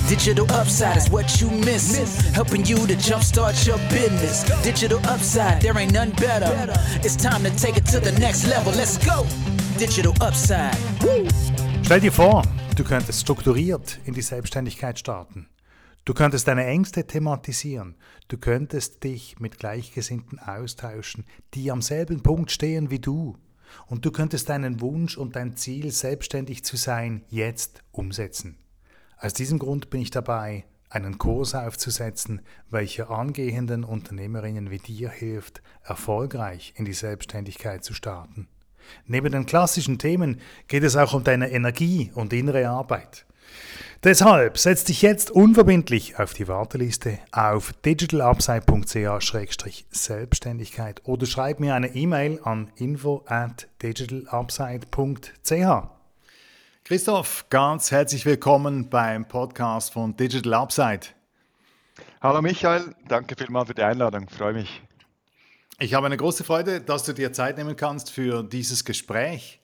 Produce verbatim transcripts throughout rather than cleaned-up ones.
Digital Upside is what you missing. Helping you to jumpstart your business. Digital Upside, there ain't none better. It's time to take it to the next level. Let's go. Digital Upside. Woo. Stell dir vor, du könntest strukturiert in die Selbstständigkeit starten. Du könntest deine Ängste thematisieren. Du könntest dich mit Gleichgesinnten austauschen, die am selben Punkt stehen wie du. Und du könntest deinen Wunsch und dein Ziel, selbstständig zu sein, jetzt umsetzen. Aus diesem Grund bin ich dabei, einen Kurs aufzusetzen, welcher angehenden Unternehmerinnen wie dir hilft, erfolgreich in die Selbstständigkeit zu starten. Neben den klassischen Themen geht es auch um deine Energie und innere Arbeit. Deshalb setz dich jetzt unverbindlich auf die Warteliste auf digitalupside punkt c h slash Selbstständigkeit oder schreib mir eine E-Mail an info at digitalupside punkt c h. Christoph, ganz herzlich willkommen beim Podcast von Digital Upside. Hallo Michael, danke vielmals für die Einladung, freue mich. Ich habe eine große Freude, dass du dir Zeit nehmen kannst für dieses Gespräch.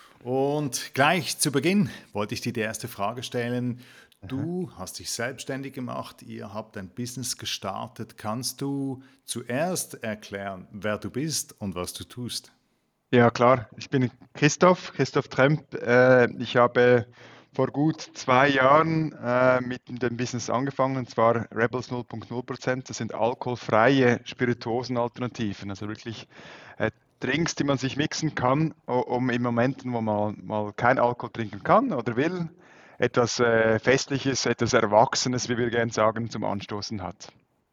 Und gleich zu Beginn wollte ich dir die erste Frage stellen. Du Aha. hast dich selbstständig gemacht, ihr habt ein Business gestartet. Kannst du zuerst erklären, wer du bist und was du tust? Ja klar, ich bin Christoph, Christoph Tremp. Äh, ich habe vor gut zwei Jahren äh, mit dem Business angefangen, und zwar Rebels null Komma null Prozent. Das sind alkoholfreie Spirituosenalternativen, also wirklich äh, Drinks, die man sich mixen kann, um in Momenten, wo man mal kein Alkohol trinken kann oder will, etwas äh, Festliches, etwas Erwachsenes, wie wir gerne sagen, zum Anstoßen hat.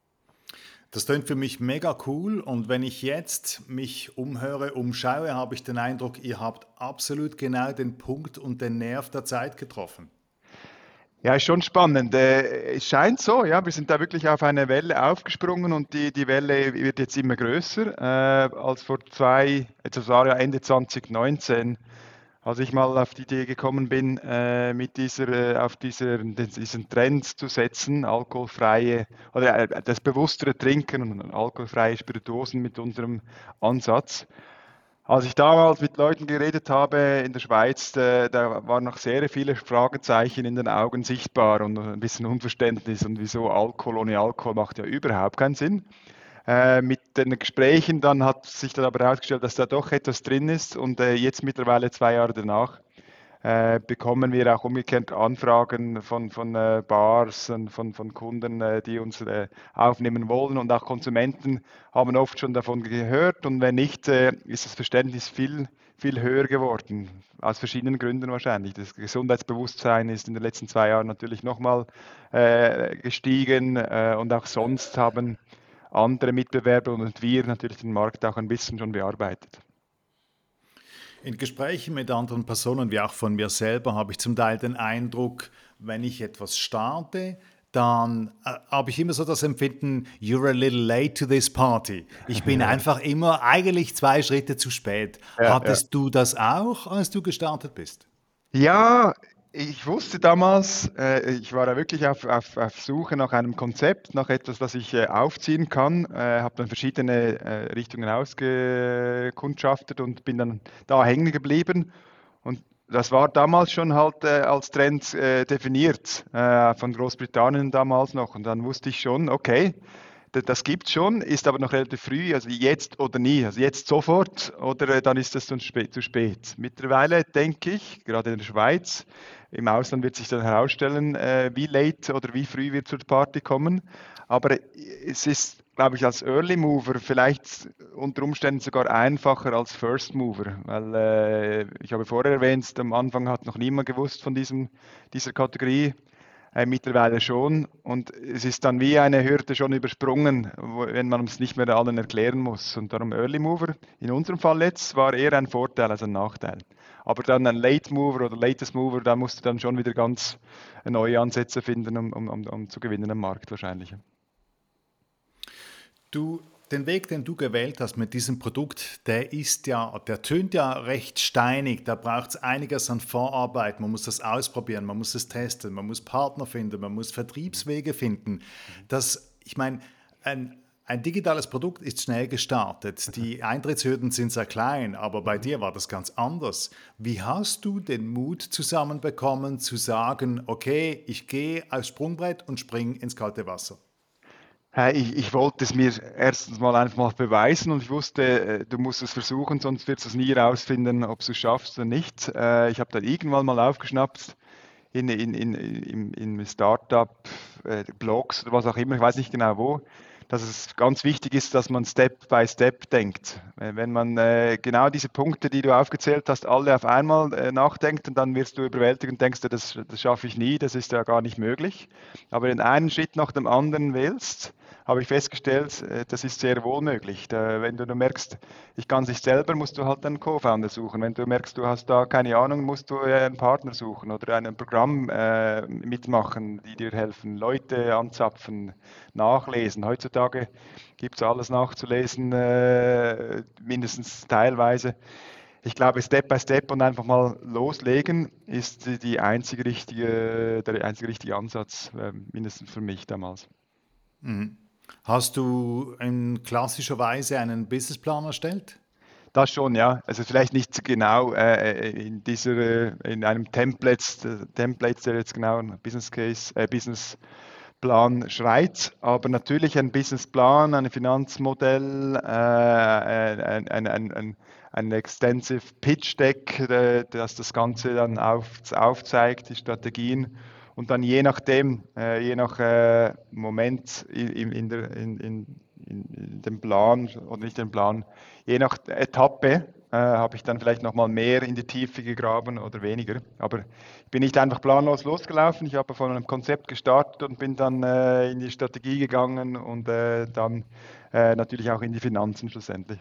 Das klingt für mich mega cool, und wenn ich jetzt mich umhöre, umschaue, habe ich den Eindruck, ihr habt absolut genau den Punkt und den Nerv der Zeit getroffen. Ja, ist schon spannend. Äh, es scheint so, ja, wir sind da wirklich auf eine Welle aufgesprungen, und die, die Welle wird jetzt immer größer. Äh, als vor zwei, das war ja Ende zwanzig neunzehn, als ich mal auf die Idee gekommen bin, äh, mit dieser, äh, auf dieser, diesen Trend zu setzen, alkoholfreie, oder äh, das bewusstere Trinken und alkoholfreie Spirituosen mit unserem Ansatz. Als ich damals mit Leuten geredet habe in der Schweiz, äh, da waren noch sehr viele Fragezeichen in den Augen sichtbar und ein bisschen Unverständnis, und wieso Alkohol ohne Alkohol macht ja überhaupt keinen Sinn. Äh, mit den Gesprächen dann hat sich dann aber herausgestellt, dass da doch etwas drin ist, und äh, jetzt mittlerweile zwei Jahre danach äh, bekommen wir auch umgekehrt Anfragen von, von äh, Bars und von, von Kunden, äh, die uns äh, aufnehmen wollen, und auch Konsumenten haben oft schon davon gehört, und wenn nicht, äh, ist das Verständnis viel, viel höher geworden, aus verschiedenen Gründen wahrscheinlich. Das Gesundheitsbewusstsein ist in den letzten zwei Jahren natürlich nochmal äh, gestiegen, äh, und auch sonst haben andere Mitbewerber und wir natürlich den Markt auch ein bisschen schon bearbeitet. In Gesprächen mit anderen Personen, wie auch von mir selber, habe ich zum Teil den Eindruck, wenn ich etwas starte, dann äh, habe ich immer so das Empfinden, you're a little late to this party. Ich bin einfach immer eigentlich zwei Schritte zu spät. Ja, Hattest ja. du das auch, als du gestartet bist? Ja, ich wusste damals, äh, ich war ja wirklich auf, auf, auf Suche nach einem Konzept, nach etwas, was ich äh, aufziehen kann, äh, habe dann verschiedene äh, Richtungen ausgekundschaftet und bin dann da hängen geblieben. Und das war damals schon halt äh, als Trend äh, definiert, äh, von Großbritannien damals noch. Und dann wusste ich schon, okay, d- das gibt es schon, ist aber noch relativ früh, also jetzt oder nie, also jetzt sofort oder äh, dann ist das zu spät, zu spät. Mittlerweile denke ich, gerade in der Schweiz, im Ausland wird sich dann herausstellen, äh, wie late oder wie früh wir zur Party kommen. Aber es ist, glaube ich, als Early Mover vielleicht unter Umständen sogar einfacher als First Mover, weil äh, ich habe vorher erwähnt, am Anfang hat noch niemand gewusst von diesem, dieser Kategorie. Äh, mittlerweile schon, und es ist dann wie eine Hürde schon übersprungen, wo, wenn man es nicht mehr allen erklären muss. Und darum Early Mover, in unserem Fall jetzt, war eher ein Vorteil als ein Nachteil. Aber dann ein Late Mover oder Latest Mover, da musst du dann schon wieder ganz neue Ansätze finden, um, um, um, um zu gewinnen am Markt wahrscheinlich. Du, den Weg, den du gewählt hast mit diesem Produkt, der ist ja, der tönt ja recht steinig. Da braucht es einiges an Vorarbeit. Man muss das ausprobieren, man muss es testen, man muss Partner finden, man muss Vertriebswege finden. Das, ich meine, ein Ein digitales Produkt ist schnell gestartet. Die Eintrittshürden sind sehr klein, aber bei dir war das ganz anders. Wie hast du den Mut zusammenbekommen, zu sagen, okay, ich gehe aufs Sprungbrett und springe ins kalte Wasser? Hey, Ich, ich wollte es mir erstens mal einfach mal beweisen und ich wusste, äh, du musst es versuchen, sonst wirst du es nie herausfinden, ob du es schaffst oder nicht. Äh, Ich habe dann irgendwann mal aufgeschnappt in, in, in, im, im Startup, äh, Blogs oder was auch immer, ich weiß nicht genau wo, dass es ganz wichtig ist, dass man Step by Step denkt. Äh, Wenn man äh, genau diese Punkte, die du aufgezählt hast, alle auf einmal äh, nachdenkt, und dann wirst du überwältigt und denkst, dir, das, das schaffe ich nie, das ist ja gar nicht möglich. Aber wenn einen Schritt nach dem anderen wählst, habe ich festgestellt, äh, das ist sehr wohl möglich. Da, wenn du, du merkst, ich kann es nicht selber, musst du halt einen Co-Founder suchen. Wenn du merkst, du hast da keine Ahnung, musst du äh, einen Partner suchen oder ein Programm äh, mitmachen, die dir helfen, Leute anzapfen, nachlesen. Heutzutage gibt es alles nachzulesen, äh, mindestens teilweise. Ich glaube, Step by Step und einfach mal loslegen ist die, die einzige richtige, der einzige richtige Ansatz, äh, mindestens für mich damals. Hast du in klassischer Weise einen Businessplan erstellt? Das schon, ja. Also vielleicht nicht so genau äh, in dieser, äh, in einem Template, Template, der jetzt genau ein Business Case, äh, Businessplan schreit, aber natürlich ein Businessplan, ein Finanzmodell, äh, ein, ein, ein, ein, ein Extensive Pitch Deck, äh, das das Ganze dann auf, aufzeigt, die Strategien. Und dann je nachdem, äh, je nach äh, Moment in, in, der, in, in, in dem Plan oder nicht dem Plan, je nach Etappe äh, habe ich dann vielleicht nochmal mehr in die Tiefe gegraben oder weniger. Aber ich bin nicht einfach planlos losgelaufen. Ich habe von einem Konzept gestartet und bin dann äh, in die Strategie gegangen und äh, dann äh, natürlich auch in die Finanzen schlussendlich.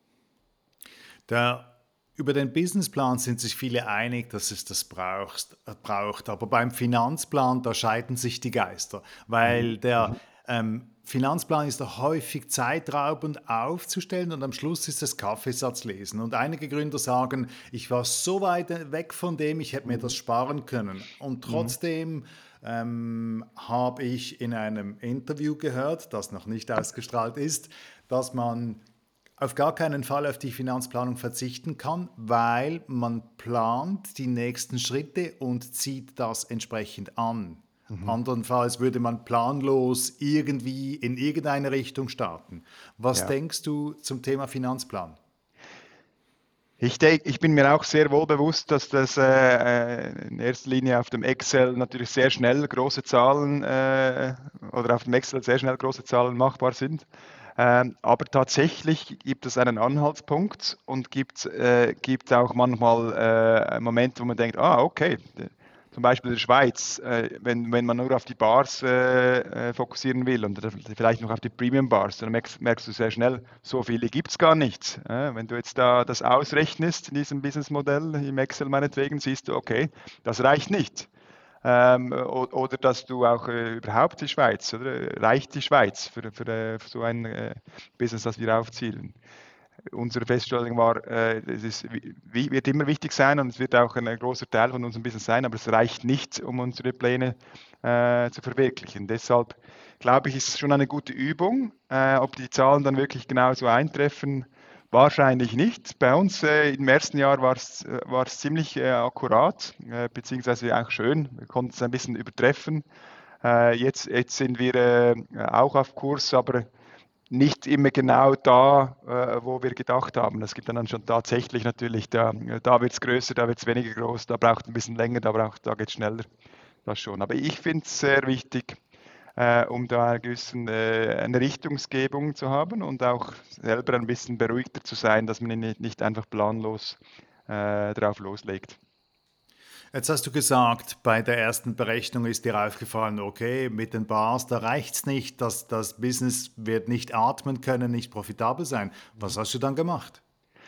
Der, über den Businessplan sind sich viele einig, dass es das brauchst, äh, braucht. Aber beim Finanzplan, da scheiden sich die Geister, weil der ähm, Finanzplan ist doch häufig zeitraubend aufzustellen und am Schluss ist es Kaffeesatzlesen. Und einige Gründer sagen, ich war so weit weg von dem, ich hätte mir das sparen können. Und trotzdem ähm, habe ich in einem Interview gehört, das noch nicht ausgestrahlt ist, dass man auf gar keinen Fall auf die Finanzplanung verzichten kann, weil man plant die nächsten Schritte und zieht das entsprechend an. Mhm. Andernfalls würde man planlos irgendwie in irgendeine Richtung starten. Was Ja. denkst du zum Thema Finanzplan? Ich, denk, ich bin mir auch sehr wohl bewusst, dass das äh, in erster Linie auf dem Excel natürlich sehr schnell große Zahlen äh, oder auf dem Excel sehr schnell große Zahlen machbar sind. Ähm, aber tatsächlich gibt es einen Anhaltspunkt und gibt, äh, gibt auch manchmal äh, Momente, wo man denkt, ah, okay, zum Beispiel in der Schweiz, äh, wenn, wenn man nur auf die Bars äh, äh, fokussieren will und vielleicht noch auf die Premium Bars, dann merkst, merkst du sehr schnell, so viele gibt es gar nicht. Äh, wenn du jetzt da das ausrechnest in diesem Businessmodell, im Excel meinetwegen, siehst du, okay, das reicht nicht. Ähm, oder dass du auch äh, überhaupt die Schweiz, oder? Reicht die Schweiz für, für, äh, für so ein äh, Business, das wir aufzielen? Unsere Feststellung war, äh, es ist, wie, wird immer wichtig sein und es wird auch ein großer Teil von unserem Business sein, aber es reicht nicht, um unsere Pläne äh, zu verwirklichen. Deshalb glaube ich, ist es schon eine gute Übung. Äh, ob die Zahlen dann wirklich genauso eintreffen, wahrscheinlich nicht. Bei uns äh, im ersten Jahr war es äh, war es ziemlich äh, akkurat, äh, beziehungsweise auch schön. Wir konnten es ein bisschen übertreffen. Äh, jetzt, jetzt sind wir äh, auch auf Kurs, aber nicht immer genau da, äh, wo wir gedacht haben. Es gibt dann schon tatsächlich natürlich, da, da wird es größer, da wird es weniger groß, da braucht es ein bisschen länger, da, braucht, da geht es schneller. Das schon. Aber ich finde es sehr wichtig, äh, um da eine, gewissen, äh, eine Richtungsgebung zu haben und auch selber ein bisschen beruhigter zu sein, dass man nicht, nicht einfach planlos äh, drauf loslegt. Jetzt hast du gesagt, bei der ersten Berechnung ist dir aufgefallen, okay, mit den Bars, da reicht es nicht, dass das Business wird nicht atmen können, nicht profitabel sein. Was hast du dann gemacht?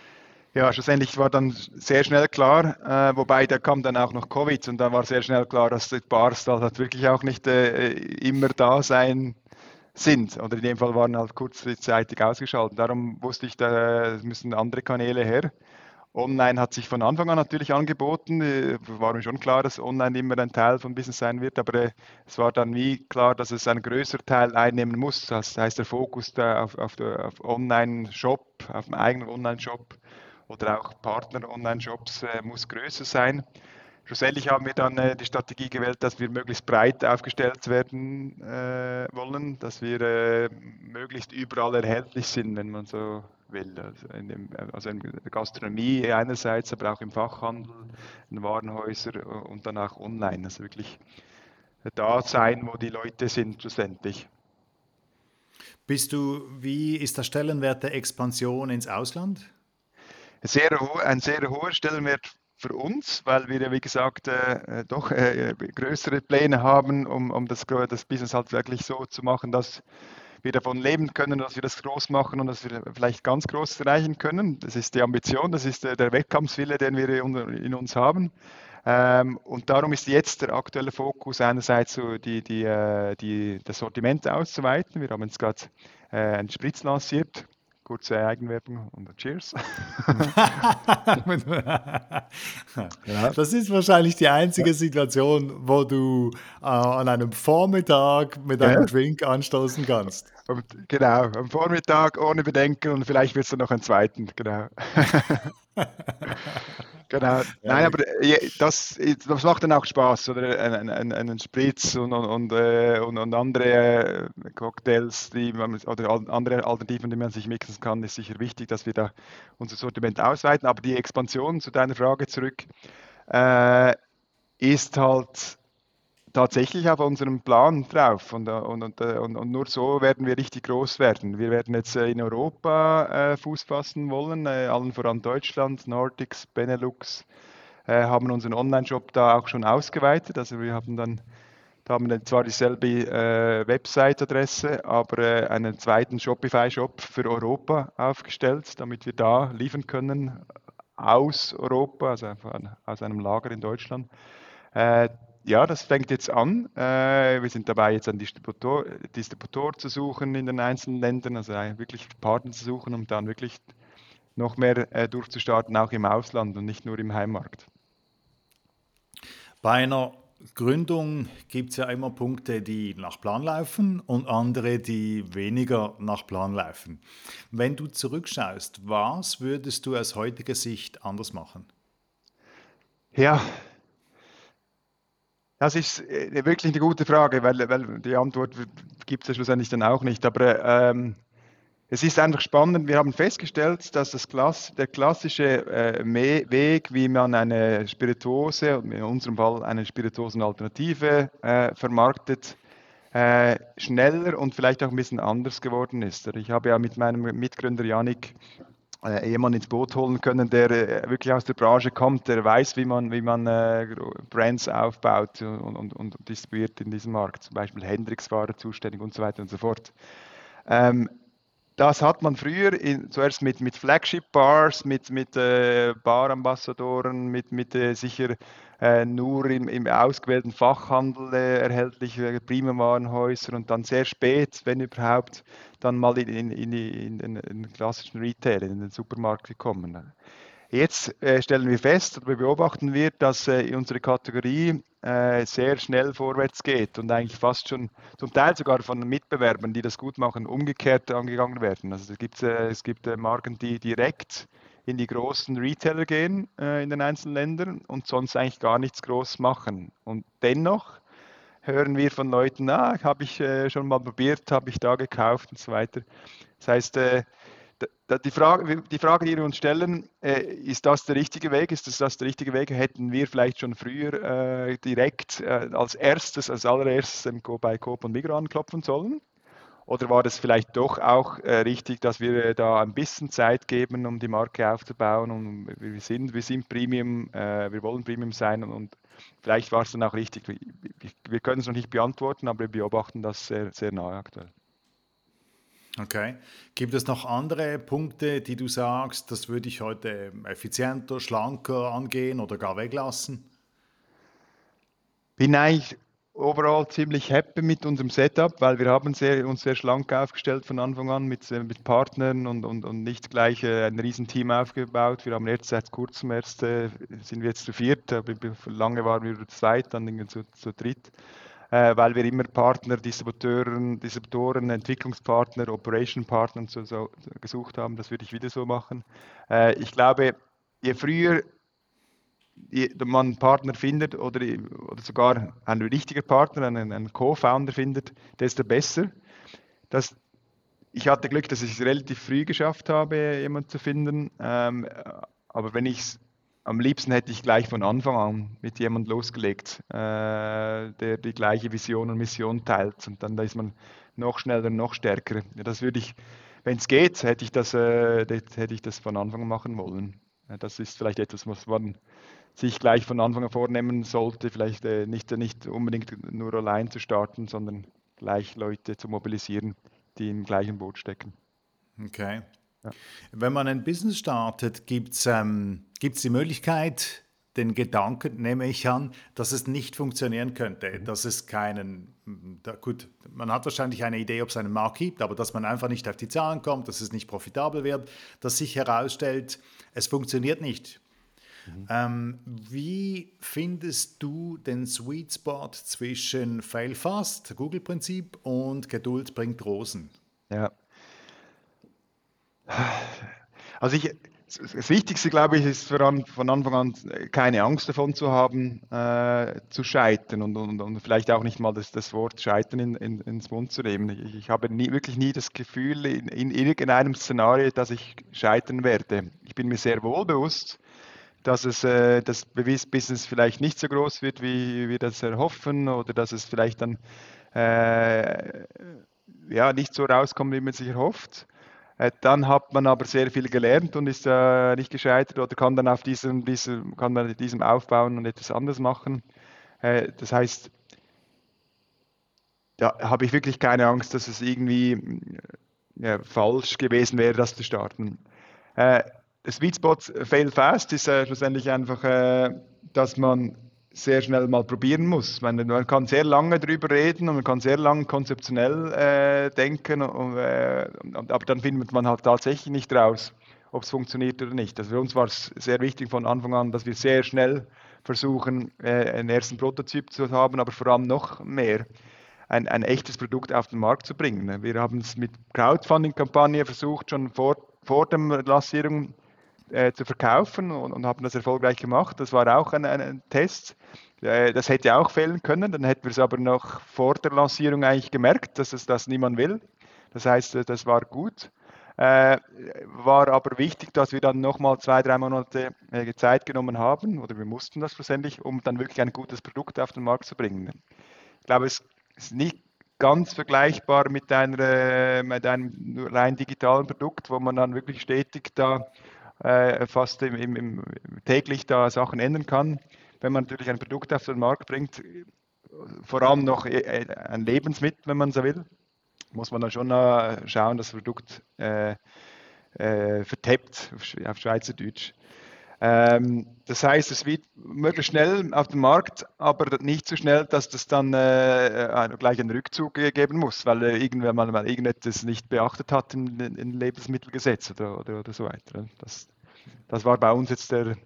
Ja, schlussendlich war dann sehr schnell klar, äh, wobei da kam dann auch noch Covid und da war sehr schnell klar, dass die Bars da halt wirklich auch nicht äh, immer da sein sind. Oder in dem Fall waren halt kurzzeitig ausgeschaltet. Darum wusste ich, da müssen andere Kanäle her. Online hat sich von Anfang an natürlich angeboten. Äh, War mir schon klar, dass Online immer ein Teil von Business sein wird, aber äh, es war dann wie klar, dass es einen größeren Teil einnehmen muss. Das heißt, der Fokus da auf, auf, der, auf Online-Shop, auf dem eigenen Online-Shop oder auch Partner-Online-Shops äh, muss größer sein. Schlussendlich haben wir dann äh, die Strategie gewählt, dass wir möglichst breit aufgestellt werden äh, wollen, dass wir äh, möglichst überall erhältlich sind, wenn man so will. Also in, dem, also in der Gastronomie einerseits, aber auch im Fachhandel, in Warenhäusern und dann auch online. Also wirklich da sein, wo die Leute sind schlussendlich. Bist du, wie ist der Stellenwert der Expansion ins Ausland? Sehr ho- ein sehr hoher Stellenwert für uns, weil wir ja, wie gesagt, äh, doch äh, größere Pläne haben, um, um das, gro- das Business halt wirklich so zu machen, dass wir davon leben können, dass wir das groß machen und dass wir vielleicht ganz groß erreichen können. Das ist die Ambition, das ist der, der Wettkampfswille, den wir in, in uns haben. Ähm, und darum ist jetzt der aktuelle Fokus einerseits so die, die, äh, die, das Sortiment auszuweiten. Wir haben jetzt gerade äh, einen Spritz lanciert. Kurze Eigenwerbung und Cheers. Ja. Das ist wahrscheinlich die einzige Situation, wo du äh, an einem Vormittag mit Ja, einem Drink anstoßen kannst. und genau, am Vormittag ohne Bedenken und vielleicht wird es dann noch einen zweiten, genau. Genau. Nein, Ja, aber äh, das, das macht dann auch Spaß, oder? Einen, einen, einen Spritz und, und, und, äh, und, und andere äh, Cocktails, die man, oder al- andere Alternativen, die man sich mixen kann, ist sicher wichtig, dass wir da unser Sortiment ausweiten. Aber die Expansion, zu deiner Frage zurück, äh, ist halt tatsächlich auf unserem Plan drauf und, äh, und, und, äh, und, und nur so werden wir richtig groß werden. Wir werden jetzt äh, in Europa äh, Fuß fassen wollen, äh, allen voran Deutschland, Nordics, Benelux, äh, haben unseren Online-Shop da auch schon ausgeweitet. Also wir haben dann, da haben wir zwar dieselbe äh, Website-Adresse, aber äh, einen zweiten Shopify-Shop für Europa aufgestellt, damit wir da liefern können aus Europa, also von, aus einem Lager in Deutschland. Äh, ja, das fängt jetzt an. Äh, wir sind dabei, jetzt einen Distributor, Distributor zu suchen in den einzelnen Ländern, also äh, wirklich Partner zu suchen, um dann wirklich noch mehr äh, durchzustarten, auch im Ausland und nicht nur im Heimmarkt. bei einer Gründung gibt es ja immer Punkte, die nach Plan laufen und andere, die weniger nach Plan laufen. Wenn du zurückschaust, was würdest du aus heutiger Sicht anders machen? Ja, das ist äh, wirklich eine gute Frage, weil, weil die Antwort gibt es ja schlussendlich dann auch nicht. Aber ähm, es ist einfach spannend. Wir haben festgestellt, dass das Klass der klassische äh, Me- Weg, wie man eine Spirituose, in unserem Fall eine Spirituosenalternative, äh, vermarktet, äh, schneller und vielleicht auch ein bisschen anders geworden ist. Ich habe ja mit meinem Mitgründer Yannick äh, jemanden ins Boot holen können, der äh, wirklich aus der Branche kommt, der weiß, wie man, wie man äh, Brands aufbaut und, und, und distribuiert in diesem Markt. Zum Beispiel Hendrix war er zuständig und so weiter und so fort. Ähm, Das hat man früher in, zuerst mit, mit Flagship-Bars, mit, mit äh, Barambassadoren, mit, mit äh, sicher äh, nur im, im ausgewählten Fachhandel äh, erhältlich, äh, Premium-Warenhäuser und dann sehr spät, wenn überhaupt, dann mal in, in, in, die- in, den, in den klassischen Retail, in den Supermarkt gekommen. Jetzt äh, stellen wir fest oder beobachten wir, dass äh, unsere Kategorie äh, sehr schnell vorwärts geht und eigentlich fast schon zum Teil sogar von Mitbewerbern, die das gut machen, umgekehrt angegangen werden. Also es gibt, äh, es gibt äh, Marken, die direkt in die großen Retailer gehen äh, in den einzelnen Ländern und sonst eigentlich gar nichts groß machen. Und dennoch hören wir von Leuten, ah, habe ich äh, schon mal probiert, habe ich da gekauft und so weiter. Das heißt, äh, da- da- die Frage, die Frage, die wir uns stellen, äh, ist das der richtige Weg? Ist das, das der richtige Weg? Hätten wir vielleicht schon früher äh, direkt äh, als erstes, als allererstes ähm, Go- bei Coop und Migros anklopfen sollen? Oder war das vielleicht doch auch äh, richtig, dass wir äh, da ein bisschen Zeit geben, um die Marke aufzubauen? Und wir sind, wir sind Premium, äh, wir wollen Premium sein und, und vielleicht war es dann auch richtig. Wir, wir können es noch nicht beantworten, aber wir beobachten das sehr, sehr nahe aktuell. Okay. Gibt es noch andere Punkte, die du sagst, das würde ich heute effizienter, schlanker angehen oder gar weglassen? Bin eigentlich overall ziemlich happy mit unserem Setup, weil wir haben sehr, uns sehr schlank aufgestellt von Anfang an mit, äh, mit Partnern und, und, und nicht gleich äh, ein Riesenteam aufgebaut. Wir haben jetzt seit kurzem erst, äh, sind wir jetzt zu viert, aber lange waren wir zu zweit, dann zu, zu dritt, äh, weil wir immer Partner, Distributoren, Distributoren, Entwicklungspartner, Operation Partner und so, so gesucht haben. Das würde ich wieder so machen. Äh, ich glaube, je früher man einen Partner findet oder, oder sogar einen richtigen Partner, einen, einen Co-Founder findet, desto besser. Das, ich hatte Glück, dass ich es relativ früh geschafft habe, jemanden zu finden. Ähm, aber wenn ich es am liebsten hätte ich gleich von Anfang an mit jemandem losgelegt, äh, der die gleiche Vision und Mission teilt. Und dann da ist man noch schneller, noch stärker. Ja, das würde ich, wenn es geht, hätte ich das, äh, hätte ich das von Anfang an machen wollen. Ja, das ist vielleicht etwas, was man sich gleich von Anfang an vornehmen sollte, vielleicht äh, nicht, nicht unbedingt nur allein zu starten, sondern gleich Leute zu mobilisieren, die im gleichen Boot stecken. Okay. Ja. Wenn man ein Business startet, gibt es ähm, gibt's die Möglichkeit, den Gedanken, nehme ich an, dass es nicht funktionieren könnte, dass es keinen, da, gut, man hat wahrscheinlich eine Idee, ob es einen Markt gibt, aber dass man einfach nicht auf die Zahlen kommt, dass es nicht profitabel wird, dass sich herausstellt, es funktioniert nicht. Mhm. Ähm, wie findest du den Sweet Spot zwischen Fail Fast, Google-Prinzip, und Geduld bringt Rosen? Ja. Also ich, das Wichtigste, glaube ich, ist von Anfang an keine Angst davon zu haben, äh, zu scheitern und, und, und vielleicht auch nicht mal das, das Wort Scheitern in, in, ins Mund zu nehmen. Ich, ich habe nie, wirklich nie das Gefühl in, in irgendeinem Szenario, dass ich scheitern werde. Ich bin mir sehr wohl bewusst, dass es, äh, das Business vielleicht nicht so groß wird, wie wir das erhoffen, oder dass es vielleicht dann äh, ja, nicht so rauskommt, wie man sich erhofft. Äh, dann hat man aber sehr viel gelernt und ist äh, nicht gescheitert oder kann dann auf diesem, diesem, kann man diesem aufbauen und etwas anderes machen. Äh, das heißt, da habe ich wirklich keine Angst, dass es irgendwie ja, falsch gewesen wäre, das zu starten. Äh, Sweet Spot Fail Fast ist äh, schlussendlich einfach, äh, dass man sehr schnell mal probieren muss. Man, man kann sehr lange drüber reden und man kann sehr lange konzeptionell äh, denken, und, äh, und, aber dann findet man halt tatsächlich nicht raus, ob es funktioniert oder nicht. Also für uns war es sehr wichtig von Anfang an, dass wir sehr schnell versuchen, äh, einen ersten Prototyp zu haben, aber vor allem noch mehr ein, ein echtes Produkt auf den Markt zu bringen. Wir haben es mit Crowdfunding-Kampagne versucht, schon vor, vor der Lancierung äh, zu verkaufen und, und haben das erfolgreich gemacht. Das war auch ein, ein, ein Test. Äh, das hätte auch fehlen können, dann hätten wir es aber noch vor der Lancierung eigentlich gemerkt, dass es das niemand will. Das heißt, das war gut. Äh, war aber wichtig, dass wir dann nochmal zwei, drei Monate äh, Zeit genommen haben, oder wir mussten das schlussendlich, um dann wirklich ein gutes Produkt auf den Markt zu bringen. Ich glaube, es ist nicht ganz vergleichbar mit, einer, mit einem rein digitalen Produkt, wo man dann wirklich stetig da äh, fast im, im, im, täglich da Sachen ändern kann. Wenn man natürlich ein Produkt auf den Markt bringt, vor allem noch ein Lebensmittel, wenn man so will, muss man dann schon äh, schauen, dass das Produkt äh, äh, vertappt auf, auf Schweizerdeutsch. Ähm, das heißt, es wird möglichst schnell auf den Markt, aber nicht so schnell, dass das dann äh, gleich einen Rückzug geben muss, weil äh, irgendwer mal, mal irgendetwas nicht beachtet hat im, im Lebensmittelgesetz oder, oder, oder so weiter. Das, das war bei uns jetzt der,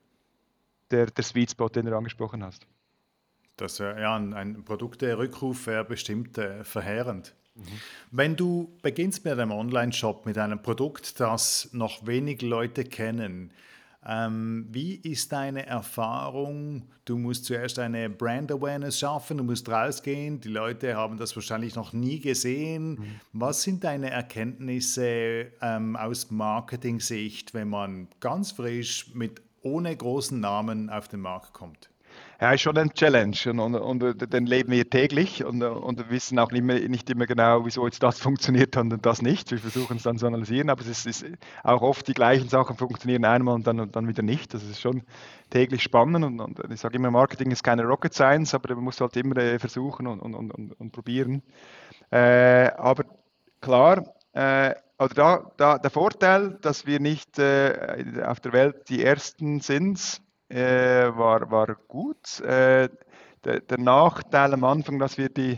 der, der Sweet Spot, den du angesprochen hast. Das wäre ja ein, ein Produkterückruf wäre bestimmt äh, verheerend. Mhm. Wenn du beginnst mit einem Online-Shop, mit einem Produkt, das noch wenig Leute kennen, ähm, wie ist deine Erfahrung? Du musst zuerst eine Brand Awareness schaffen, du musst rausgehen, die Leute haben das wahrscheinlich noch nie gesehen. Mhm. Was sind deine Erkenntnisse ähm, aus Marketing-Sicht, wenn man ganz frisch mit ohne großen Namen auf den Markt kommt? Ja, ist schon ein Challenge und, und, und den leben wir täglich und, und wissen auch nicht, mehr, nicht immer genau, wieso jetzt das funktioniert und das nicht. Wir versuchen es dann zu analysieren, aber es ist, ist auch oft die gleichen Sachen funktionieren einmal und dann, und dann wieder nicht. Das ist schon täglich spannend und, und ich sage immer, Marketing ist keine Rocket Science, aber man muss halt immer versuchen und, und, und, und probieren. Äh, aber klar, äh, also da, da, der Vorteil, dass wir nicht äh, auf der Welt die Ersten sind, Äh, war, war gut. Äh, der, der Nachteil am Anfang, dass wir die,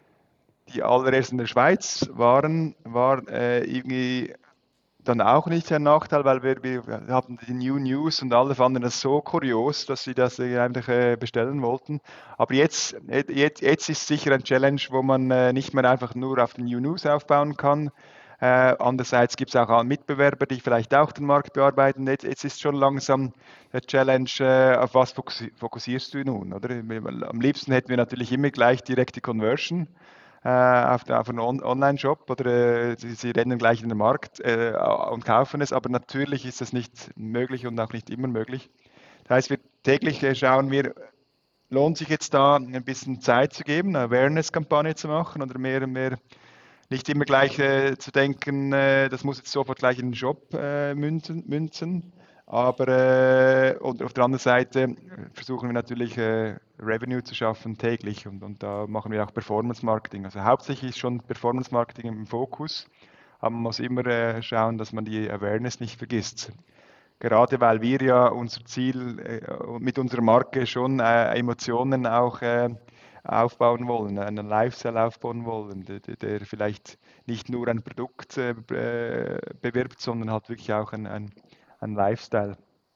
die allererst in der Schweiz waren, war äh, irgendwie dann auch nicht ein Nachteil, weil wir, wir hatten die New News und alle fanden das so kurios, dass sie das äh, eigentlich äh, bestellen wollten. Aber jetzt, äh, jetzt, jetzt ist sicher ein Challenge, wo man äh, nicht mehr einfach nur auf die New News aufbauen kann. Äh, andererseits gibt es auch Mitbewerber, die vielleicht auch den Markt bearbeiten. Jetzt, jetzt ist schon langsam der Challenge, äh, auf was fokussi- fokussierst du nun, oder? Am liebsten hätten wir natürlich immer gleich direkte Conversion äh, auf, der- auf einen On Online-Shop oder äh, sie, sie rennen gleich in den Markt äh, und kaufen es, aber natürlich ist das nicht möglich und auch nicht immer möglich. Das heißt, wir täglich äh, schauen wir, lohnt sich jetzt da ein bisschen Zeit zu geben, eine Awareness-Kampagne zu machen oder mehr und mehr nicht immer gleich äh, zu denken, äh, das muss jetzt sofort gleich in den Shop äh, münzen, münzen. Aber äh, und auf der anderen Seite äh, versuchen wir natürlich äh, Revenue zu schaffen täglich und, und da machen wir auch Performance Marketing. Also hauptsächlich ist schon Performance Marketing im Fokus, aber man muss immer äh, schauen, dass man die Awareness nicht vergisst. Gerade weil wir ja unser Ziel äh, mit unserer Marke schon äh, Emotionen auch äh, aufbauen wollen, einen Lifestyle aufbauen wollen, der, der der vielleicht nicht nur ein Produkt äh, be- bewirbt, sondern halt wirklich auch ein, ein, ein Lifestyle.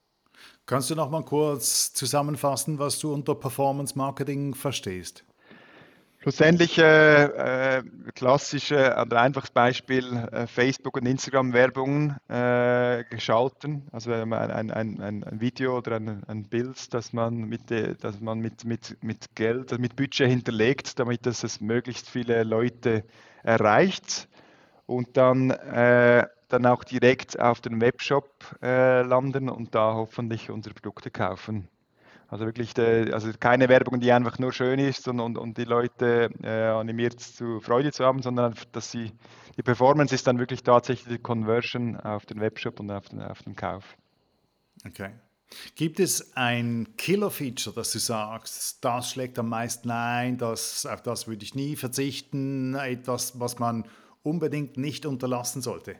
Kannst du noch mal kurz zusammenfassen, was du unter Performance Marketing verstehst? Schlussendlich äh, äh, klassische, ein einfaches Beispiel, äh, Facebook- und Instagram-Werbungen äh, geschalten, also ähm, ein, ein, ein, ein ein Video oder ein, ein Bild, das man, mit, äh, das man mit, mit, mit Geld, mit Budget hinterlegt, damit das es möglichst viele Leute erreicht und dann, äh, dann auch direkt auf den Webshop äh, landen und da hoffentlich unsere Produkte kaufen. Also wirklich, de, also keine Werbung, die einfach nur schön ist und, und, und die Leute äh, animiert zu Freude zu haben, sondern dass sie, die Performance ist dann wirklich tatsächlich die Conversion auf den Webshop und auf den, auf den Kauf. Okay. Gibt es ein Killer-Feature, das du sagst, das schlägt am meisten ein, das, auf das würde ich nie verzichten, etwas, was man unbedingt nicht unterlassen sollte?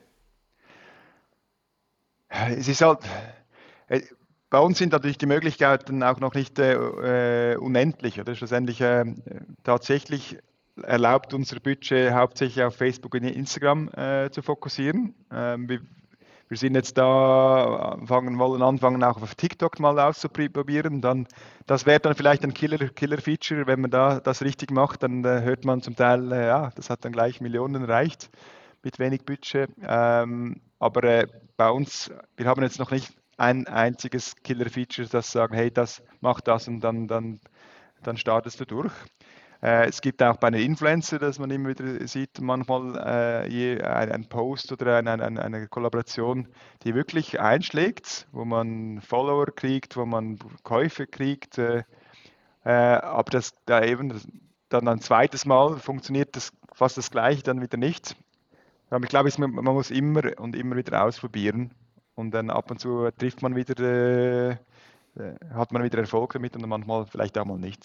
Es ist halt, äh, bei uns sind natürlich die Möglichkeiten auch noch nicht äh, äh, unendlich. Oder? Schlussendlich äh, tatsächlich erlaubt unser Budget hauptsächlich auf Facebook und Instagram äh, zu fokussieren. Ähm, wir, wir sind jetzt da, fangen, wollen anfangen auch auf TikTok mal auszuprobieren. Dann, das wäre dann vielleicht ein Killer, Killer-Feature, wenn man da das richtig macht, dann äh, hört man zum Teil, äh, ja, das hat dann gleich Millionen erreicht mit wenig Budget. Ähm, aber äh, bei uns, wir haben jetzt noch nicht ein einziges Killer-Feature, das sagen, hey, das macht das und dann, dann, dann startest du durch. Äh, es gibt auch bei den Influencer, dass man immer wieder sieht, manchmal äh, je, ein, ein Post oder ein, ein, eine Kollaboration, die wirklich einschlägt, wo man Follower kriegt, wo man Käufe kriegt. Äh, äh, aber das da eben das, dann ein zweites Mal funktioniert das fast das gleiche, dann wieder nicht. Aber ich glaube, es, man muss immer und immer wieder ausprobieren und dann ab und zu trifft man wieder, äh, äh, hat man wieder Erfolg damit und manchmal vielleicht auch mal nicht.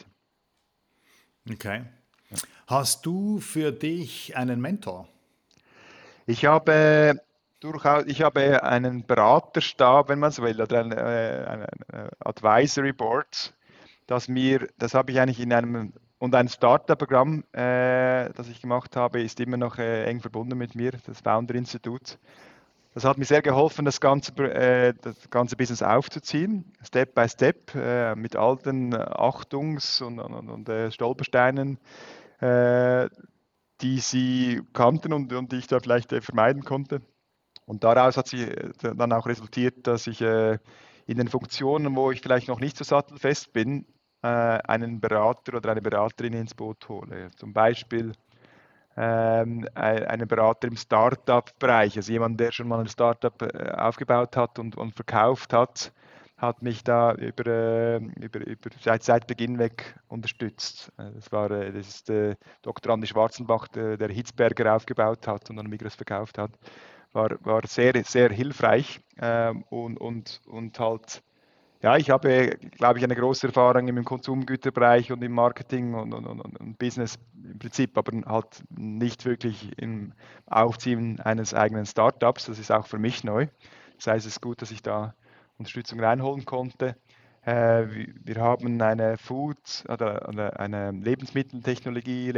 Okay. Hast du für dich einen Mentor? Ich habe durchaus, ich habe einen Beraterstab, wenn man so will, oder ein, äh, ein, ein Advisory Board, das mir, das habe ich eigentlich in einem, und ein Startup-Programm, äh, das ich gemacht habe, ist immer noch äh, eng verbunden mit mir, das Founder-Institut. Das hat mir sehr geholfen, das ganze, äh, das ganze Business aufzuziehen, Step by Step, äh, mit all den Achtungs- und, und, und äh, Stolpersteinen, äh, die sie kannten und, und die ich da vielleicht äh, vermeiden konnte. Und daraus hat sich äh, dann auch resultiert, dass ich äh, in den Funktionen, wo ich vielleicht noch nicht so sattelfest bin, äh, einen Berater oder eine Beraterin ins Boot hole. Zum Beispiel ähm, ein- einen Berater im Startup-Bereich, also jemand, der schon mal ein Startup äh, aufgebaut hat und, und verkauft hat, hat mich da über, äh, über, über seit, seit Beginn weg unterstützt. Äh, Das war, äh, das ist äh, Doktor Andi Schwarzenbach, der, der Hitzberger aufgebaut hat und dann Migros verkauft hat. War, war sehr, sehr hilfreich ähm, und, und, und halt ja, ich habe, glaube ich, eine große Erfahrung im Konsumgüterbereich und im Marketing und, und, und, und Business im Prinzip, aber halt nicht wirklich im Aufziehen eines eigenen Startups. Das ist auch für mich neu. Das heißt, es ist gut, dass ich da Unterstützung reinholen konnte. Äh, wir, wir haben eine Food- oder, oder eine Lebensmitteltechnologie,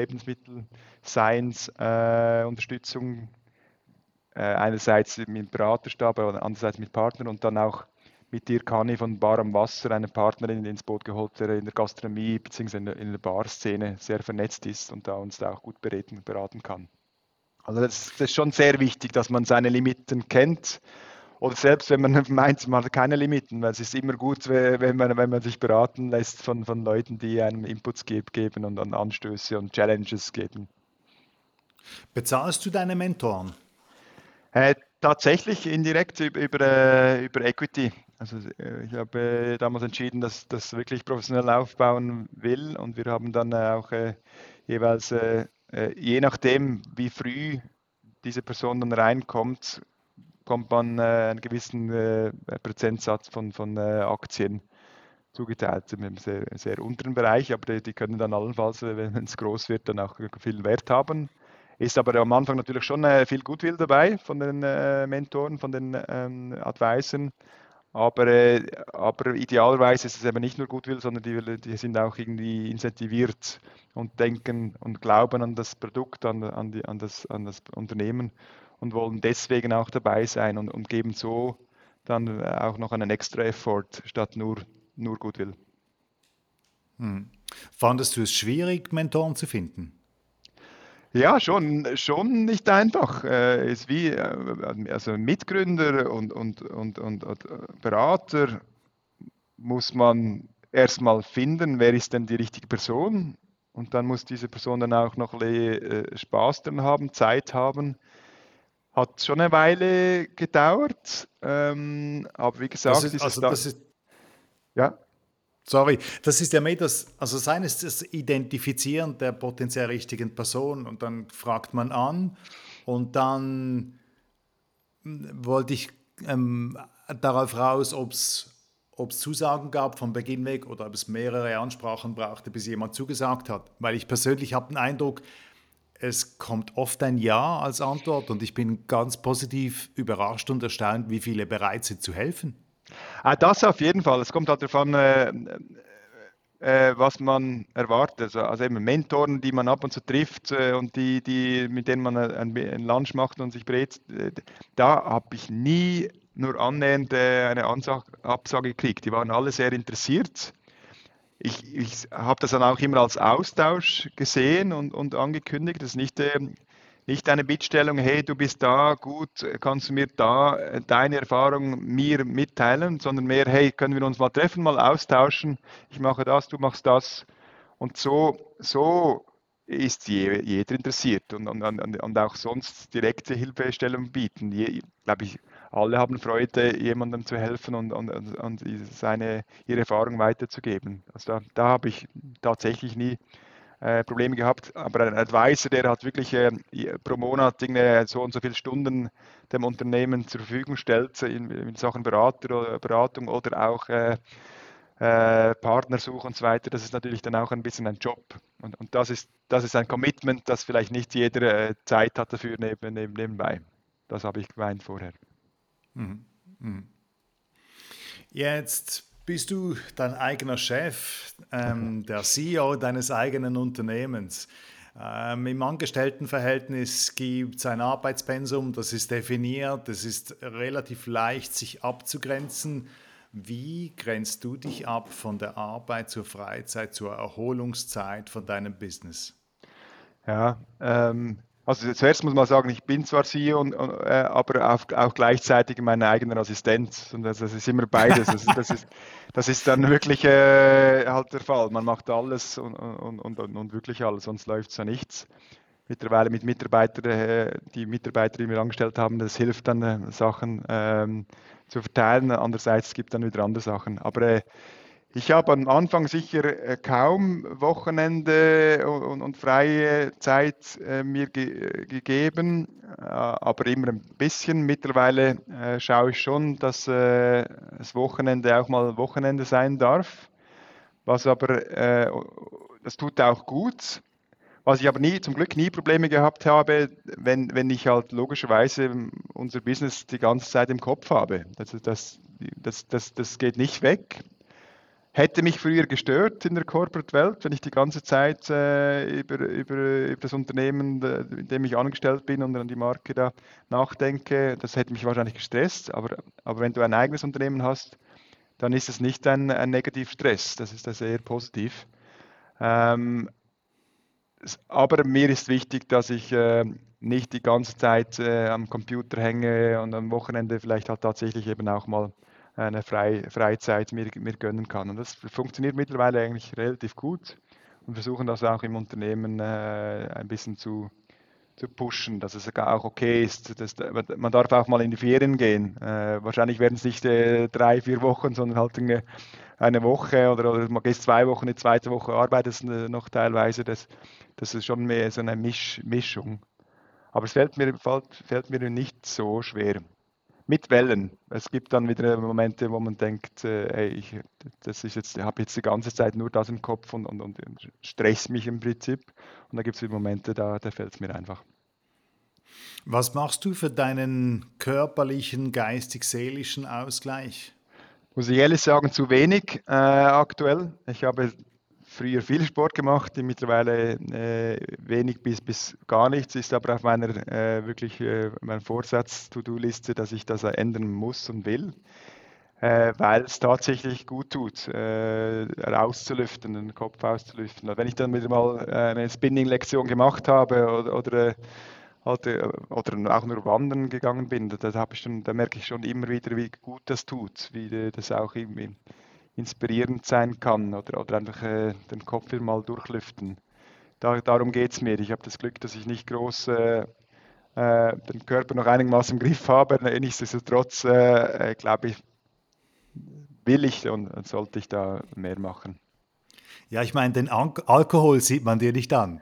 Lebensmittel-Science-Unterstützung, äh, einerseits mit Beraterstab, aber andererseits mit Partnern und dann auch mit Dirk Hani von Bar am Wasser, einen Partner in, ins Boot geholt, der in der Gastronomie bzw. in der, in der Barszene sehr vernetzt ist und da uns da auch gut beraten, beraten kann. Also das, das ist schon sehr wichtig, dass man seine Limiten kennt. Oder selbst wenn man meint, man hat keine Limiten, weil es ist immer gut, wenn man, wenn man sich beraten lässt von, von Leuten, die einem Inputs geben und dann Anstöße und Challenges geben. Bezahlst du deine Mentoren? Äh, tatsächlich indirekt über, über, äh, über Equity. Also äh, ich habe äh, damals entschieden, dass das wirklich professionell aufbauen will und wir haben dann äh, auch äh, jeweils, äh, äh, je nachdem, wie früh diese Person dann reinkommt, kommt man äh, einen gewissen äh, Prozentsatz von, von äh, Aktien zugeteilt im sehr, sehr unteren Bereich, aber die, die können dann allenfalls, äh, wenn es groß wird, dann auch viel Wert haben. Ist aber am Anfang natürlich schon äh, viel Gutwill dabei von den äh, Mentoren, von den ähm, Advisern. Aber, äh, aber idealerweise ist es eben nicht nur Gutwill, sondern die, die sind auch irgendwie incentiviert und denken und glauben an das Produkt, an, an, die, an, das, an das Unternehmen und wollen deswegen auch dabei sein und, und geben so dann auch noch einen extra Effort statt nur, nur Gutwill. Hm. Fandest du es schwierig, Mentoren zu finden? Ja, schon, schon nicht einfach. Äh, ist wie äh, also Mitgründer und, und, und, und, und Berater muss man erstmal finden, wer ist denn die richtige Person. Und dann muss diese Person dann auch noch äh, Spaß dran haben, Zeit haben. Hat schon eine Weile gedauert, ähm, aber wie Das gesagt, ist, dieses also da, das ist, ja, sorry, das ist ja mehr das, also seines das Identifizieren der potenziell richtigen Person und dann fragt man an und dann wollte ich ähm, darauf raus, ob es Zusagen gab von Beginn weg oder ob es mehrere Ansprachen brauchte, bis jemand zugesagt hat. Weil ich persönlich habe den Eindruck, es kommt oft ein Ja als Antwort und ich bin ganz positiv überrascht und erstaunt, wie viele bereit sind zu helfen. ah, das auf jeden Fall. Es kommt halt davon, äh, äh, was man erwartet. Also, also eben Mentoren, die man ab und zu trifft äh, und die, die, mit denen man ein, ein Lunch macht und sich berät, äh, da habe ich nie nur annähernd äh, eine Ansage, Absage gekriegt. Die waren alle sehr interessiert. Ich, ich habe das dann auch immer als Austausch gesehen und, und angekündigt. Das ist nicht, äh, nicht eine Bittstellung, hey, du bist da, gut, kannst du mir da äh, deine Erfahrung mir mitteilen, sondern mehr, hey, können wir uns mal treffen, mal austauschen, ich mache das, du machst das. Und so, so ist je, jeder interessiert und, und, und, und auch sonst direkte Hilfestellung bieten. Je, glaube ich, alle haben Freude, jemandem zu helfen und, und, und seine, ihre Erfahrung weiterzugeben. Also da, da habe ich tatsächlich nie äh, Probleme gehabt. Aber ein Advisor, der hat wirklich äh, pro Monat so und so viele Stunden dem Unternehmen zur Verfügung stellt in, in Sachen Berater oder Beratung oder auch äh, äh, Partnersuche und so weiter, das ist natürlich dann auch ein bisschen ein Job. Und, und das ist, das ist ein Commitment, das vielleicht nicht jeder äh, Zeit hat dafür neben, neben, nebenbei. Das habe ich gemeint vorher. Mhm. Mhm. Jetzt bist du dein eigener Chef, ähm, der C E O deines eigenen Unternehmens. Ähm, Im Angestelltenverhältnis gibt es ein Arbeitspensum, das ist definiert, es ist relativ leicht, sich abzugrenzen. Wie grenzt du dich ab von der Arbeit zur Freizeit, zur Erholungszeit von deinem Business? Ja, ähm, also zuerst muss man sagen, ich bin zwar C E O, und, und, äh, aber auch, auch gleichzeitig mein eigener Assistent. Und das, das ist immer beides. Also das ist, das ist dann wirklich äh, halt der Fall. Man macht alles und, und, und, und, und wirklich alles, sonst läuft es ja nichts. Mittlerweile mit Mitarbeitern, äh, die Mitarbeiter, die wir angestellt haben, das hilft dann, äh, Sachen ähm, zu verteilen. Andererseits gibt es dann wieder andere Sachen. Aber äh, ich habe am Anfang sicher äh, kaum Wochenende und, und freie Zeit äh, mir ge gegeben, äh, aber immer ein bisschen. Mittlerweile äh, schaue ich schon, dass äh, das Wochenende auch mal Wochenende sein darf, was aber, äh, das tut auch gut. Was ich aber nie, zum Glück nie Probleme gehabt habe, wenn, wenn ich halt logischerweise unser Business die ganze Zeit im Kopf habe. Das, das, das, das, das geht nicht weg. Hätte mich früher gestört in der Corporate-Welt, wenn ich die ganze Zeit äh, über, über, über das Unternehmen, äh, in dem ich angestellt bin und an die Marke da nachdenke. Das hätte mich wahrscheinlich gestresst. Aber, aber wenn du ein eigenes Unternehmen hast, dann ist es nicht ein, ein Negativstress. Das ist das eher positiv. Ähm, s- aber mir ist wichtig, dass ich äh, nicht die ganze Zeit äh, am Computer hänge und am Wochenende vielleicht halt tatsächlich eben auch mal eine Frei Freizeit mir, mir gönnen kann. Und das funktioniert mittlerweile eigentlich relativ gut und versuchen das auch im Unternehmen äh, ein bisschen zu, zu pushen, dass es auch okay ist. Dass, man darf auch mal in die Ferien gehen. Äh, wahrscheinlich werden es nicht äh, drei, vier Wochen, sondern halt eine, eine Woche oder, oder man geht zwei Wochen, die zweite Woche arbeitest äh, noch teilweise. Das, das ist schon mehr so eine Misch, Mischung. Aber es fällt mir, fällt, fällt mir nicht so schwer. Mit Wellen. Es gibt dann wieder Momente, wo man denkt, äh, ey, ich, das ist jetzt, ich habe jetzt die ganze Zeit nur das im Kopf und, und, und stress mich im Prinzip. Und da gibt es wieder Momente, da, da fällt es mir einfach. Was machst du für deinen körperlichen, geistig-seelischen Ausgleich? Muss ich ehrlich sagen, zu wenig äh, aktuell. Ich habe früher viel Sport gemacht, mittlerweile äh, wenig bis, bis gar nichts. Ist aber auf meiner äh, wirklich äh, mein Vorsatz, To-Do-Liste, dass ich das ändern muss und will. Äh, weil es tatsächlich gut tut, äh, rauszulüften, den Kopf auszulüften. Und wenn ich dann wieder mal äh, eine Spinning-Lektion gemacht habe oder, oder, äh, halt, äh, oder auch nur wandern gegangen bin, da, da, habe ich schon, da merke ich schon immer wieder, wie gut das tut, wie äh, das auch irgendwie inspirierend sein kann oder, oder einfach äh, den Kopf wieder mal durchlüften. Da, darum geht es mir. Ich habe das Glück, dass ich nicht groß äh, äh, den Körper noch einigermaßen im Griff habe. Nichtsdestotrotz äh, äh, glaube ich, will ich und sollte ich da mehr machen. Ja, ich meine, den Al Alkohol sieht man dir nicht an.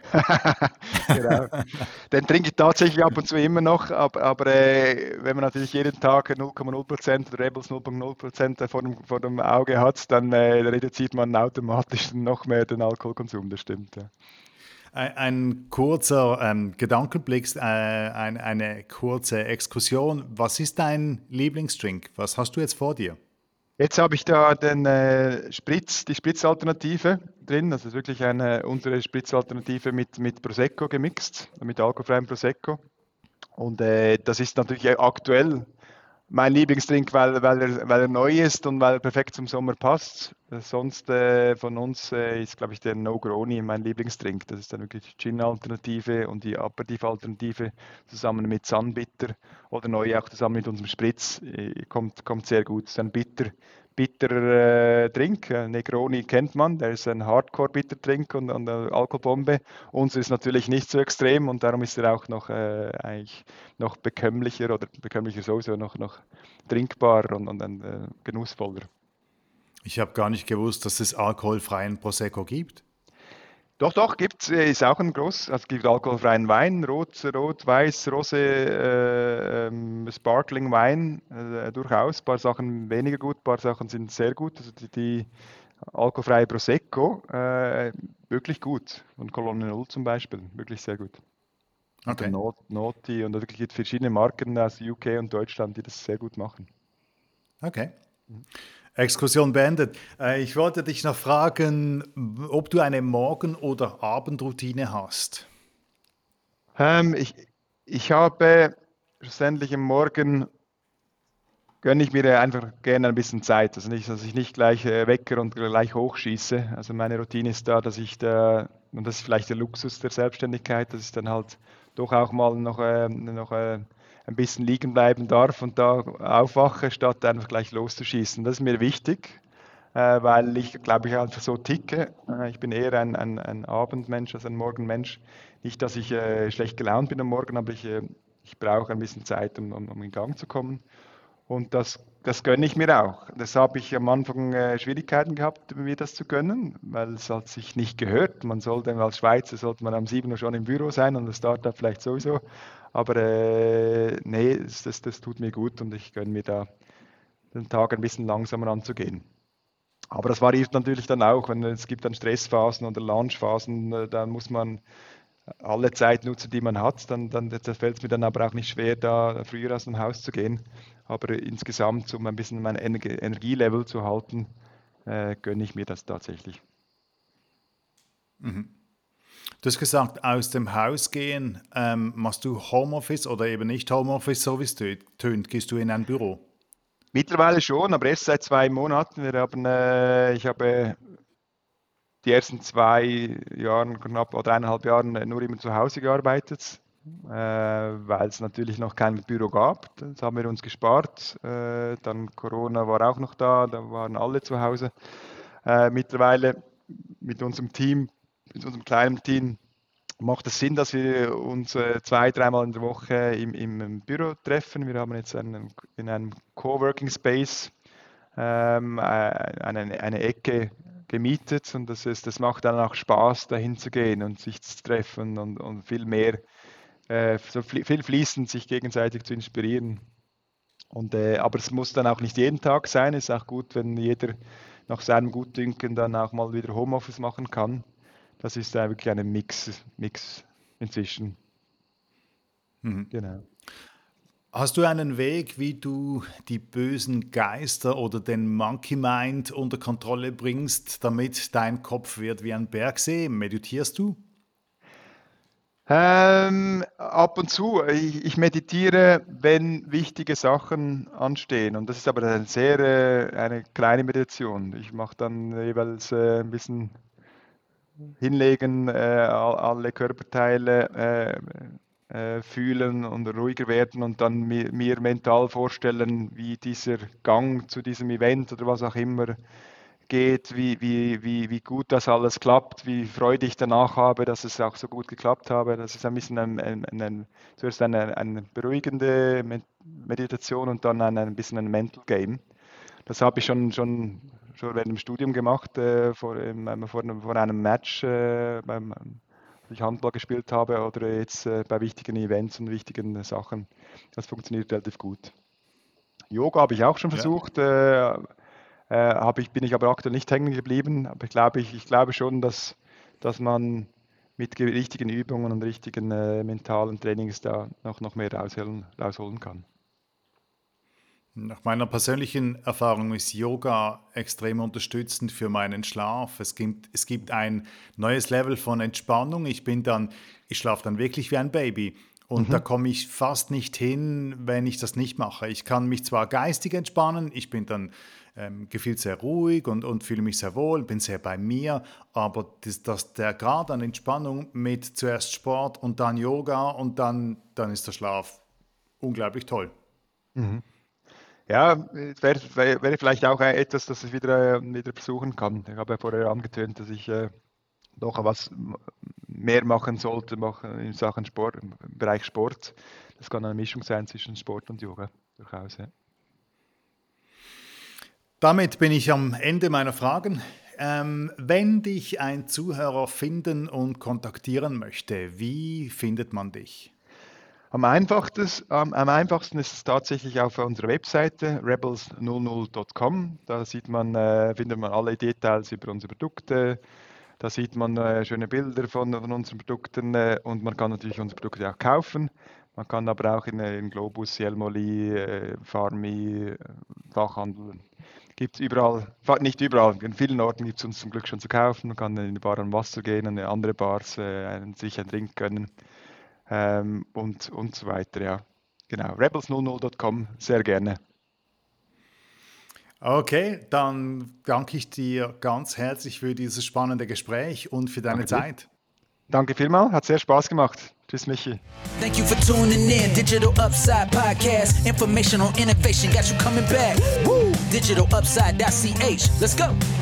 Genau. Den trinke ich tatsächlich ab und zu immer noch, aber, aber äh, wenn man natürlich jeden Tag null Komma null Prozent oder Rebels null Komma null Prozent vor dem, vor dem Auge hat, dann äh, reduziert man automatisch noch mehr den Alkoholkonsum, das stimmt. Ja. Ein, ein kurzer ähm, Gedankenblick, äh, ein, eine kurze Exkursion. Was ist dein Lieblingsdrink? Was hast du jetzt vor dir? Jetzt habe ich da den äh, Spritz, die Spritzalternative drin. Das ist wirklich eine unsere Spritzalternative mit, mit Prosecco gemixt, mit alkoholfreiem Prosecco. Und äh, das ist natürlich aktuell mein Lieblingsdrink, weil, weil, er, weil er neu ist und weil er perfekt zum Sommer passt. Äh, Sonst äh, von uns äh, ist, glaube ich, der Negroni mein Lieblingsdrink. Das ist dann wirklich die Gin-Alternative und die Aperitif-Alternative zusammen mit Sunbitter oder neu auch zusammen mit unserem Spritz. Äh, kommt, kommt sehr gut. Es ist ein bitter, bitterer äh, Drink. Äh, Negroni kennt man, der ist ein Hardcore-Bitter-Drink und, und eine Alkoholbombe. Unser ist natürlich nicht so extrem und darum ist er auch noch äh, eigentlich noch bekömmlicher oder bekömmlicher sowieso noch, noch trinkbar und, und dann, äh, genussvoller. Ich habe gar nicht gewusst, dass es alkoholfreien Prosecco gibt. Doch, doch, gibt ist auch ein groß, also es gibt alkoholfreien Wein, Rot, Rot, Weiß, Rosé, äh, ähm, Sparkling Wein, äh, durchaus. Ein paar Sachen weniger gut, ein paar Sachen sind sehr gut. Also die, die alkoholfreie Prosecco, äh, wirklich gut. Von Colonne Null zum Beispiel, wirklich sehr gut. Und der Okay. Not, Noti und da wirklich gibt verschiedene Marken aus U K und Deutschland, die das sehr gut machen. Okay. Exkursion beendet. Äh, ich wollte dich noch fragen, ob du eine Morgen- oder Abendroutine hast. Ähm, ich, ich habe schlussendlich am Morgen gönne ich mir einfach gerne ein bisschen Zeit. Also nicht, dass ich nicht gleich äh, wecker und gleich hochschieße. Also meine Routine ist da, dass ich da, und das ist vielleicht der Luxus der Selbstständigkeit, dass ich dann halt doch auch mal noch, äh, noch äh, ein bisschen liegen bleiben darf und da aufwache, statt einfach gleich loszuschießen. Das ist mir wichtig, äh, weil ich glaube, ich einfach so ticke. Äh, ich bin eher ein, ein, ein Abendmensch als ein Morgenmensch. Nicht, dass ich äh, schlecht gelaunt bin am Morgen, aber ich, äh, ich brauche ein bisschen Zeit, um, um, um in Gang zu kommen. Und das, das gönne ich mir auch. Das habe ich am Anfang äh, Schwierigkeiten gehabt, mir das zu gönnen, weil es halt sich nicht gehört. Man sollte als Schweizer sollte man um sieben Uhr schon im Büro sein und das Startup vielleicht sowieso. Aber äh, nee, das, das, das tut mir gut und ich gönne mir da den Tag ein bisschen langsamer anzugehen. Aber das variiert natürlich dann auch, wenn es gibt dann Stressphasen oder Launchphasen, äh, dann muss man alle Zeit nutzen, die man hat, dann, dann fällt es mir dann aber auch nicht schwer, da früher aus dem Haus zu gehen. Aber insgesamt, um ein bisschen mein Ener- Energielevel zu halten, äh, gönne ich mir das tatsächlich. Mhm. Du hast gesagt, aus dem Haus gehen, ähm, machst du Homeoffice oder eben nicht Homeoffice, so wie es tönt, gehst du in ein Büro? Mittlerweile schon, aber erst seit zwei Monaten. Wir haben, äh, ich habe die ersten zwei Jahre, knapp oder eineinhalb Jahren nur immer zu Hause gearbeitet, äh, weil es natürlich noch kein Büro gab. Das haben wir uns gespart. Äh, dann Corona war auch noch da, da waren alle zu Hause. Äh, mittlerweile mit unserem Team, mit unserem kleinen Team, macht es Sinn, dass wir uns äh, zwei, dreimal in der Woche im, im Büro treffen. Wir haben jetzt einen, in einem Coworking Space ähm, eine, eine Ecke gemietet und das, ist, das macht dann auch Spaß, dahin zu gehen und sich zu treffen und, und viel mehr, äh, so viel fließend sich gegenseitig zu inspirieren. Und, äh, aber es muss dann auch nicht jeden Tag sein. Es ist auch gut, wenn jeder nach seinem Gutdünken dann auch mal wieder Homeoffice machen kann. Das ist äh, wirklich ein Mix, Mix inzwischen. Mhm. Genau. Hast du einen Weg, wie du die bösen Geister oder den Monkey Mind unter Kontrolle bringst, damit dein Kopf wird wie ein Bergsee? Meditierst du? Ähm, ab und zu. Ich, ich meditiere, wenn wichtige Sachen anstehen. Und das ist aber eine sehr äh, eine kleine Meditation. Ich mache dann jeweils äh, ein bisschen hinlegen, äh, alle Körperteile äh, äh, fühlen und ruhiger werden und dann mir, mir mental vorstellen, wie dieser Gang zu diesem Event oder was auch immer geht, wie, wie, wie, wie gut das alles klappt, wie Freude ich danach habe, dass es auch so gut geklappt habe. Das ist ein bisschen ein, ein, ein, ein, zuerst eine, eine beruhigende Meditation und dann ein, ein bisschen ein Mental Game. Das habe ich schon, schon, schon während dem Studium gemacht, äh, vor, im, vor, einem, vor einem Match, äh, beim, wo ich Handball gespielt habe oder jetzt äh, bei wichtigen Events und wichtigen Sachen. Das funktioniert relativ gut. Yoga habe ich auch schon versucht. Ja. Äh, Äh, hab ich, bin ich aber aktuell nicht hängen geblieben, aber ich glaube, ich, ich glaube schon, dass, dass man mit richtigen Übungen und richtigen äh, mentalen Trainings da noch, noch mehr rausholen, rausholen kann. Nach meiner persönlichen Erfahrung ist Yoga extrem unterstützend für meinen Schlaf. Es gibt, es gibt ein neues Level von Entspannung. Ich bin dann, ich schlafe dann wirklich wie ein Baby. Und mhm. da komme ich fast nicht hin, wenn ich das nicht mache. Ich kann mich zwar geistig entspannen, ich bin dann ähm, gefühlt sehr ruhig und, und fühle mich sehr wohl, bin sehr bei mir, aber das, das, der Grad an Entspannung mit zuerst Sport und dann Yoga und dann, dann ist der Schlaf unglaublich toll. Mhm. Ja, wäre wär, wär vielleicht auch etwas, das ich wieder, wieder versuchen kann. Ich habe ja vorher angetönt, dass ich äh, noch was mehr machen sollte machen in Sachen Sport, im Bereich Sport. Das kann eine Mischung sein zwischen Sport und Yoga, durchaus. Ja. Damit bin ich am Ende meiner Fragen. Ähm, wenn dich ein Zuhörer finden und kontaktieren möchte, wie findet man dich? Am einfachsten, am, am einfachsten ist es tatsächlich auf unserer Webseite rebels null null Punkt com. Da sieht man, äh, findet man alle Details über unsere Produkte. Da sieht man äh, schöne Bilder von, von unseren Produkten äh, und man kann natürlich unsere Produkte auch kaufen. Man kann aber auch in, in Globus, Jelmoli, äh, Farmi, äh, Fachhandel, gibt es überall, nicht überall, in vielen Orten gibt es uns zum Glück schon zu kaufen. Man kann in die Bar am Wasser gehen, in andere Bars äh, einen, sich einen Drink gönnen ähm, und, und so weiter. Ja. Genau, rebels null null Punkt com, sehr gerne. Okay, dann danke ich dir ganz herzlich für dieses spannende Gespräch und für deine Danke Zeit. Danke vielmals, hat sehr Spaß gemacht. Tschüss, Michi. Thank you for tuning in. Digital Upside Podcast. Information on innovation got you coming back. Woo! digital upside dot c h. Let's go.